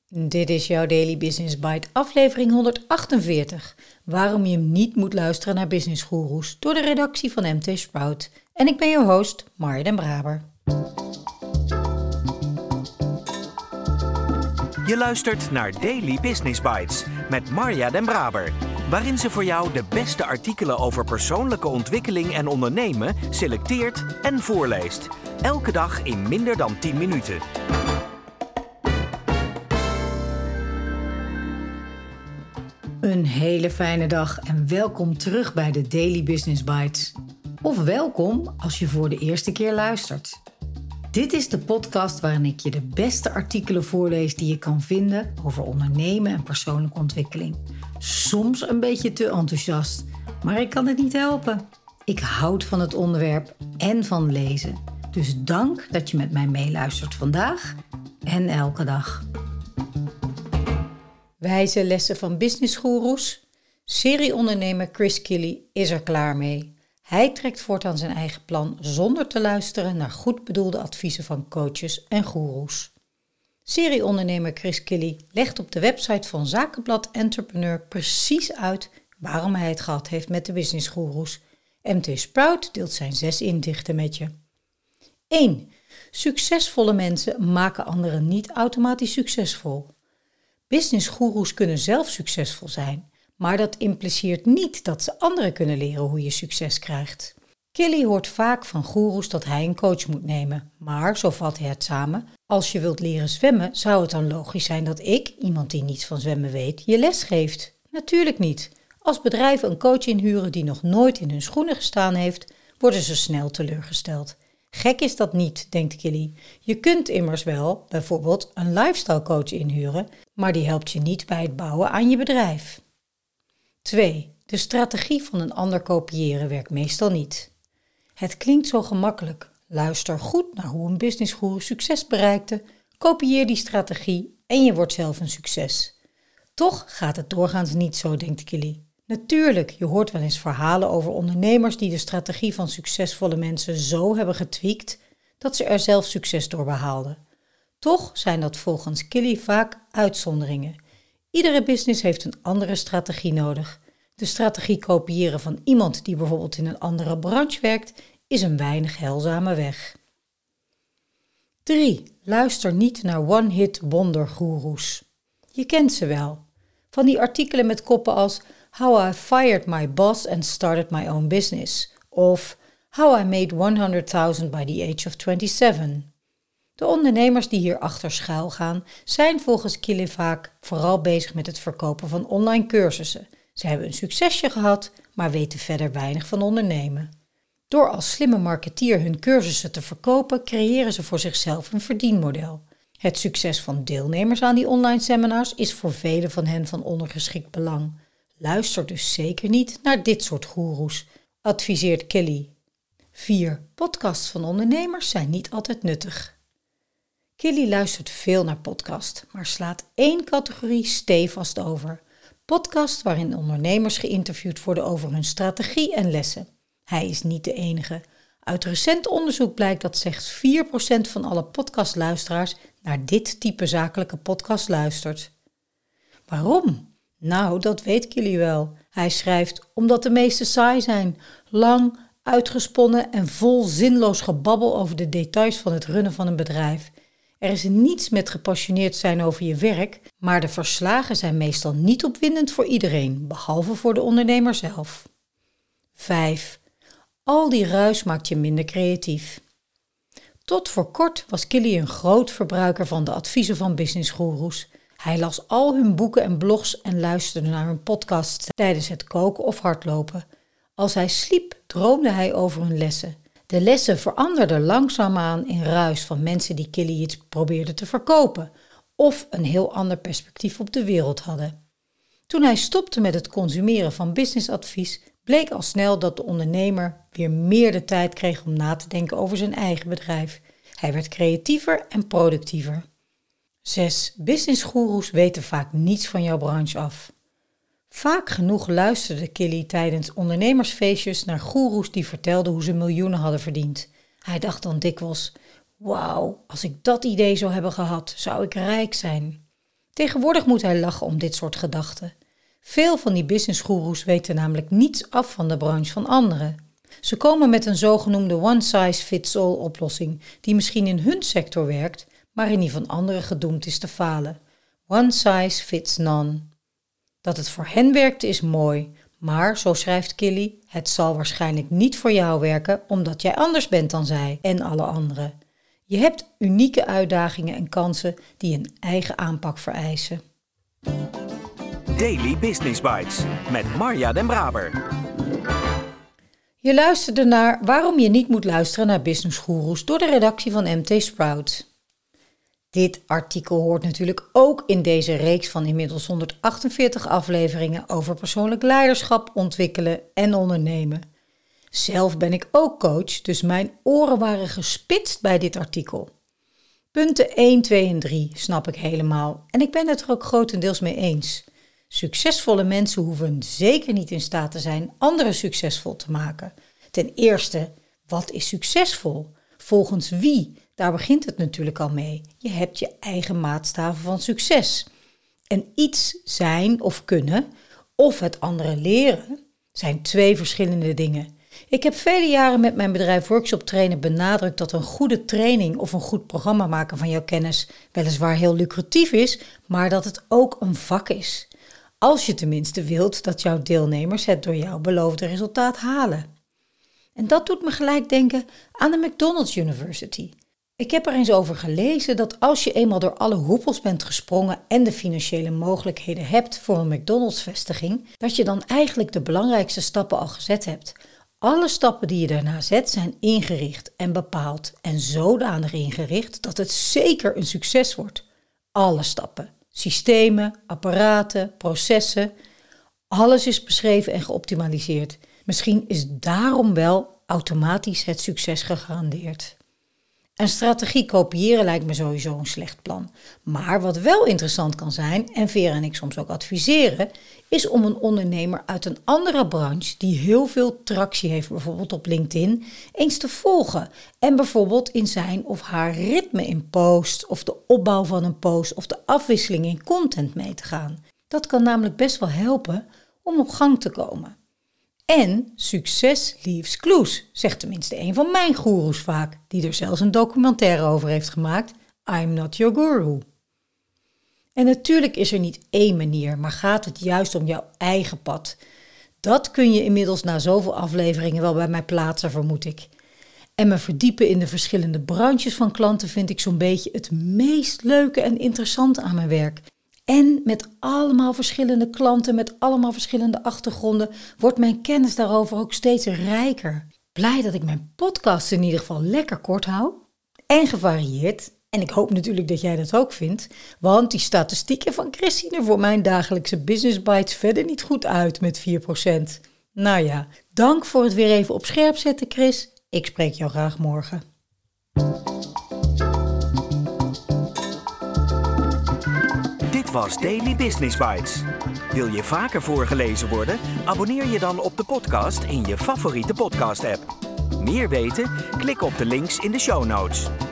Dit is jouw Daily Business Bite, aflevering 148. Waarom je niet moet luisteren naar Business Goeroes, door de redactie van MT Sprout. En ik ben je host, Marja den Braber. Je luistert naar Daily Business Bites met Marja den Braber, waarin ze voor jou de beste artikelen over persoonlijke ontwikkeling en ondernemen selecteert en voorleest. Elke dag in minder dan 10 minuten. Een hele fijne dag en welkom terug bij de Daily Business Bites. Of welkom als je voor de eerste keer luistert. Dit is de podcast waarin ik je de beste artikelen voorlees die je kan vinden over ondernemen en persoonlijke ontwikkeling. Soms een beetje te enthousiast, maar ik kan het niet helpen. Ik houd van het onderwerp en van lezen. Dus dank dat je met mij meeluistert vandaag en elke dag. Wijze lessen van Business Goeroes. Serieondernemer Chris Kelly is er klaar mee. Hij trekt voortaan zijn eigen plan zonder te luisteren naar goed bedoelde adviezen van coaches en goeroes. Serieondernemer Chris Kelly legt op de website van Zakenblad Entrepreneur precies uit waarom hij het gehad heeft met de business goeroes. MT Sprout deelt zijn 6 inzichten met je. 1. Succesvolle mensen maken anderen niet automatisch succesvol. Business goeroes kunnen zelf succesvol zijn, maar dat impliceert niet dat ze anderen kunnen leren hoe je succes krijgt. Kelly hoort vaak van goeroes dat hij een coach moet nemen, maar, zo vat hij het samen, als je wilt leren zwemmen, zou het dan logisch zijn dat ik, iemand die niets van zwemmen weet, je les geeft? Natuurlijk niet. Als bedrijven een coach inhuren die nog nooit in hun schoenen gestaan heeft, worden ze snel teleurgesteld. Gek is dat niet, denkt Kelly. Je kunt immers wel, bijvoorbeeld, een lifestyle coach inhuren, maar die helpt je niet bij het bouwen aan je bedrijf. 2. De strategie van een ander kopiëren werkt meestal niet. Het klinkt zo gemakkelijk. Luister goed naar hoe een businessgoeroe succes bereikte, kopieer die strategie en je wordt zelf een succes. Toch gaat het doorgaans niet zo, denkt Kelly. Natuurlijk, je hoort wel eens verhalen over ondernemers die de strategie van succesvolle mensen zo hebben getweakt dat ze er zelf succes door behaalden. Toch zijn dat volgens Kelly vaak uitzonderingen. Iedere business heeft een andere strategie nodig. De strategie kopiëren van iemand die bijvoorbeeld in een andere branche werkt is een weinig heilzame weg. 3. Luister niet naar one-hit wonder goeroes. Je kent ze wel. Van die artikelen met koppen als How I Fired My Boss and Started My Own Business of How I Made $100,000 by the Age of 27. De ondernemers die hierachter schuil gaan zijn volgens Kelly vaak vooral bezig met het verkopen van online cursussen. Ze hebben een succesje gehad, maar weten verder weinig van ondernemen. Door als slimme marketeer hun cursussen te verkopen, creëren ze voor zichzelf een verdienmodel. Het succes van deelnemers aan die online seminars is voor velen van hen van ondergeschikt belang. Luister dus zeker niet naar dit soort goeroes, adviseert Kelly. 4. Podcasts van ondernemers zijn niet altijd nuttig. Kelly luistert veel naar podcasts, maar slaat 1 categorie stevast over. Podcasts waarin ondernemers geïnterviewd worden over hun strategie en lessen. Hij is niet de enige. Uit recent onderzoek blijkt dat slechts 4% van alle podcastluisteraars naar dit type zakelijke podcast luistert. Waarom? Nou, dat weet Kelly wel. Hij schrijft omdat de meeste saai zijn, lang, uitgesponnen en vol zinloos gebabbel over de details van het runnen van een bedrijf. Er is niets met gepassioneerd zijn over je werk, maar de verslagen zijn meestal niet opwindend voor iedereen, behalve voor de ondernemer zelf. 5. Al die ruis maakt je minder creatief. Tot voor kort was Kelly een groot verbruiker van de adviezen van businessgoeroes. Hij las al hun boeken en blogs en luisterde naar hun podcasts tijdens het koken of hardlopen. Als hij sliep, droomde hij over hun lessen. De lessen veranderden langzaamaan in ruis van mensen die Kelly iets probeerden te verkopen of een heel ander perspectief op de wereld hadden. Toen hij stopte met het consumeren van businessadvies, bleek al snel dat de ondernemer weer meer de tijd kreeg om na te denken over zijn eigen bedrijf. Hij werd creatiever en productiever. 6. Businessgoeroes weten vaak niets van jouw branche af. Vaak genoeg luisterde Kelly tijdens ondernemersfeestjes naar goeroes die vertelden hoe ze miljoenen hadden verdiend. Hij dacht dan dikwijls, wauw, als ik dat idee zou hebben gehad, zou ik rijk zijn. Tegenwoordig moet hij lachen om dit soort gedachten. Veel van die businessgoeroes weten namelijk niets af van de branche van anderen. Ze komen met een zogenoemde one-size-fits-all oplossing die misschien in hun sector werkt, maar in die van anderen gedoemd is te falen. One size fits none. Dat het voor hen werkte is mooi, maar, zo schrijft Killy, het zal waarschijnlijk niet voor jou werken omdat jij anders bent dan zij en alle anderen. Je hebt unieke uitdagingen en kansen die een eigen aanpak vereisen. Daily Business Bites met Marja den Braber. Je luisterde naar Waarom je niet moet luisteren naar businessgoeroes door de redactie van MT Sprout. Dit artikel hoort natuurlijk ook in deze reeks van inmiddels 148 afleveringen over persoonlijk leiderschap, ontwikkelen en ondernemen. Zelf ben ik ook coach, dus mijn oren waren gespitst bij dit artikel. Punten 1, 2 en 3 snap ik helemaal en ik ben het er ook grotendeels mee eens. Succesvolle mensen hoeven zeker niet in staat te zijn anderen succesvol te maken. Ten eerste, wat is succesvol? Volgens wie? Daar begint het natuurlijk al mee. Je hebt je eigen maatstaven van succes. En iets zijn of kunnen, of het anderen leren, zijn twee verschillende dingen. Ik heb vele jaren met mijn bedrijf Workshop Trainen benadrukt dat een goede training of een goed programma maken van jouw kennis weliswaar heel lucratief is, maar dat het ook een vak is. Als je tenminste wilt dat jouw deelnemers het door jou beloofde resultaat halen. En dat doet me gelijk denken aan de McDonald's University. Ik heb er eens over gelezen dat als je eenmaal door alle hoepels bent gesprongen en de financiële mogelijkheden hebt voor een McDonald's-vestiging, dat je dan eigenlijk de belangrijkste stappen al gezet hebt. Alle stappen die je daarna zet zijn ingericht en bepaald en zodanig ingericht dat het zeker een succes wordt. Alle stappen. Systemen, apparaten, processen, alles is beschreven en geoptimaliseerd. Misschien is daarom wel automatisch het succes gegarandeerd. Een strategie kopiëren lijkt me sowieso een slecht plan. Maar wat wel interessant kan zijn, en Vera en ik soms ook adviseren, is om een ondernemer uit een andere branche die heel veel tractie heeft, bijvoorbeeld op LinkedIn, eens te volgen. En bijvoorbeeld in zijn of haar ritme in post, of de opbouw van een post, of de afwisseling in content mee te gaan. Dat kan namelijk best wel helpen om op gang te komen. En succes leaves clues, zegt tenminste een van mijn goeroes vaak, die er zelfs een documentaire over heeft gemaakt, I'm Not Your Guru. En natuurlijk is er niet één manier, maar gaat het juist om jouw eigen pad. Dat kun je inmiddels na zoveel afleveringen wel bij mij plaatsen, vermoed ik. En me verdiepen in de verschillende branches van klanten vind ik zo'n beetje het meest leuke en interessante aan mijn werk. En met allemaal verschillende klanten, met allemaal verschillende achtergronden, wordt mijn kennis daarover ook steeds rijker. Blij dat ik mijn podcast in ieder geval lekker kort hou en gevarieerd. En ik hoop natuurlijk dat jij dat ook vindt, want die statistieken van Chris zien er voor mijn dagelijkse Business Bites verder niet goed uit met 4%. Nou ja, dank voor het weer even op scherp zetten, Chris. Ik spreek jou graag morgen. Dit was Daily Business Bites. Wil je vaker voorgelezen worden? Abonneer je dan op de podcast in je favoriete podcast-app. Meer weten? Klik op de links in de show notes.